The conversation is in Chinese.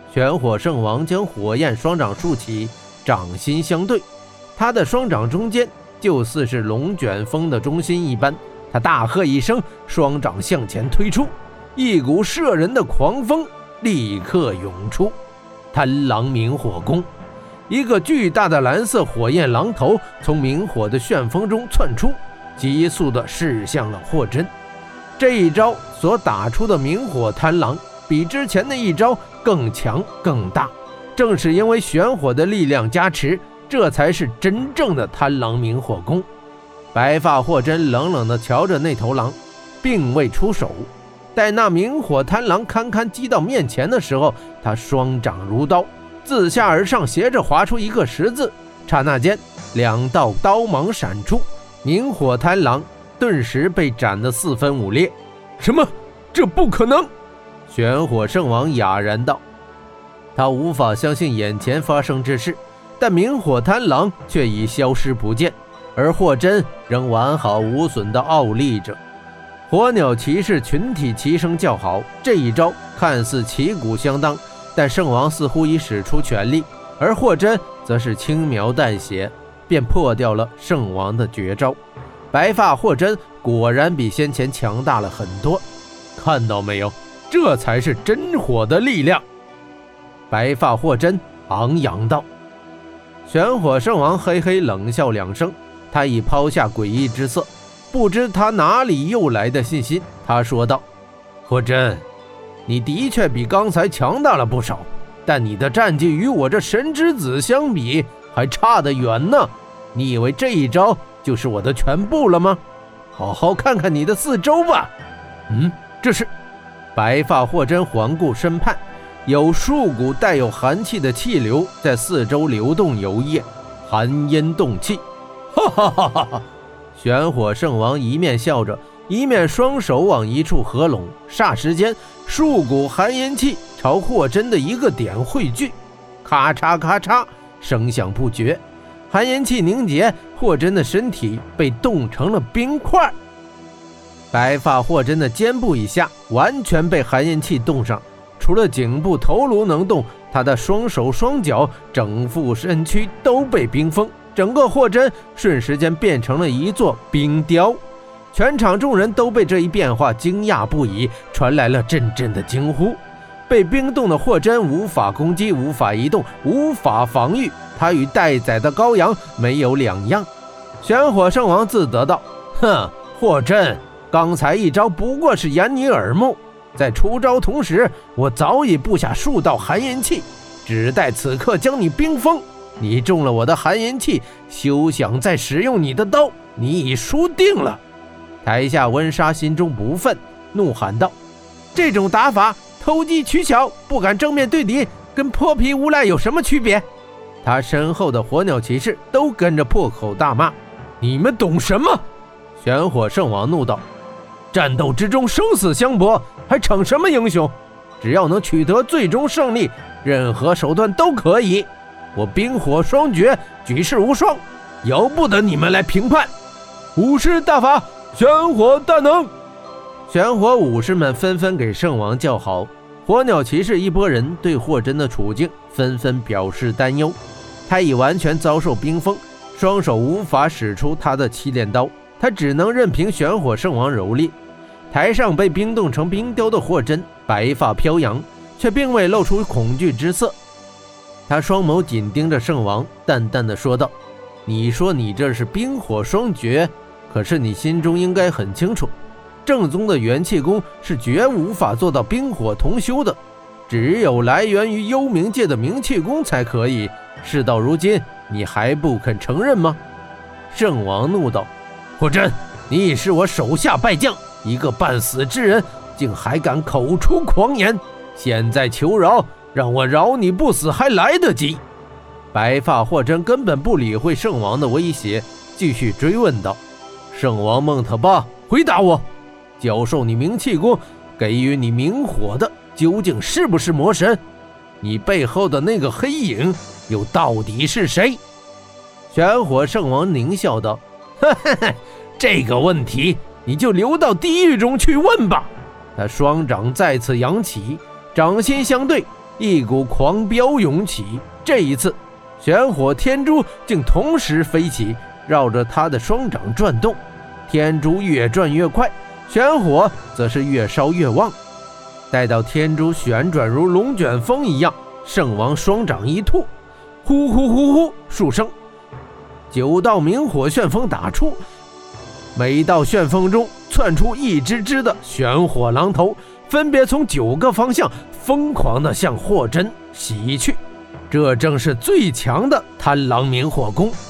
玄火圣王将火焰双掌竖起，掌心相对，他的双掌中间就似是龙卷风的中心一般。他大喝一声，双掌向前推出，一股摄人的狂风立刻涌出。贪狼明火弓，一个巨大的蓝色火焰狼头从明火的旋风中窜出，急速地驶向了霍真。这一招所打出的明火贪狼比之前的一招更强更大，正是因为玄火的力量加持，这才是真正的贪狼明火弓。白发霍真冷冷地瞧着那头狼，并未出手。待那明火贪狼堪堪击到面前的时候，他双掌如刀，自下而上斜着划出一个十字，刹那间2道刀芒闪出，明火贪狼顿时被斩得4分5裂。 什么？这不可能！ 玄火圣王哑然道。他无法相信眼前发生之事，但明火贪狼却已消失不见，而霍真仍完好无损地傲立着。火鸟骑士群体齐声叫好，这一招看似旗鼓相当，但圣王似乎已使出全力，而霍真则是轻描淡写便破掉了圣王的绝招。白发霍真果然比先前强大了很多，看到没有，这才是真火的力量。白发霍真昂扬道。玄火圣王嘿嘿冷笑2声，他已抛下诡异之色，不知他哪里又来的信心。他说道：霍真，你的确比刚才强大了不少，但你的战绩与我这神之子相比还差得远呢。你以为这一招就是我的全部了吗？好好看看你的四周吧。这是……白发霍真环顾身畔，有数股带有寒气的气流在四周流动游曳，寒阴动气。哈哈哈哈哈！玄火圣王一面笑着，一面双手往一处合拢，霎时间数股寒阴气朝霍真的一个点汇聚，咔嚓咔嚓，声响不绝。寒阴气凝结，霍真的身体被冻成了冰块。白发霍真的肩部以下完全被寒阴气冻上，除了颈部头颅能动，他的双手双脚整副身躯都被冰封，整个霍真瞬时间变成了一座冰雕。全场众人都被这一变化惊讶不已，传来了阵阵的惊呼。被冰冻的霍真无法攻击，无法移动，无法防御，他与待宰的羔羊没有两样。玄火圣王自得道：哼，霍真，刚才一招不过是掩你耳目，在出招同时，我早已布下数道寒阴气，只待此刻将你冰封。你中了我的寒阴气，休想再使用你的刀，你已输定了。台下温莎心中不忿，怒喊道：这种打法投机取巧，不敢正面对敌，跟泼皮无赖有什么区别？他身后的火鸟骑士都跟着破口大骂：你们懂什么？玄火圣王怒道：战斗之中生死相搏，还逞什么英雄？只要能取得最终胜利，任何手段都可以。我冰火双绝，举世无双，由不得你们来评判。武士大法，玄火大能！玄火武士们纷纷给圣王叫好。火鸟骑士一拨人对霍真的处境纷纷表示担忧。他已完全遭受冰封，双手无法使出他的七炼刀，他只能任凭玄火圣王蹂躏。台上被冰冻成冰雕的霍真白发飘扬，却并未露出恐惧之色。他双眸紧盯着圣王，淡淡的说道：你说你这是冰火双绝，可是你心中应该很清楚，正宗的元气功是绝无法做到冰火同修的，只有来源于幽冥界的冥气功才可以。事到如今，你还不肯承认吗？圣王怒道：霍真，你已是我手下败将，一个半死之人，竟还敢口出狂言，现在求饶，让我饶你不死还来得及。白发霍真根本不理会圣王的威胁，继续追问道：圣王孟特巴，回答我，教授你冥气功，给予你明火的究竟是不是魔神？你背后的那个黑影又到底是谁？玄火圣王狞笑道：呵呵呵，这个问题你就留到地狱中去问吧。他双掌再次扬起，掌心相对， 一股狂飙涌起。这一次，玄火天珠竟同时飞起，绕着他的双掌转动。天珠越转越快，玄火则是越烧越旺。待到天珠旋转如龙卷风一样，圣王双掌一吐，呼呼呼呼数声，9道明火旋风打出，每道旋风中窜出一只只的玄火狼头，分别从9个方向疯狂地向霍真袭去。这正是最强的贪狼明火功。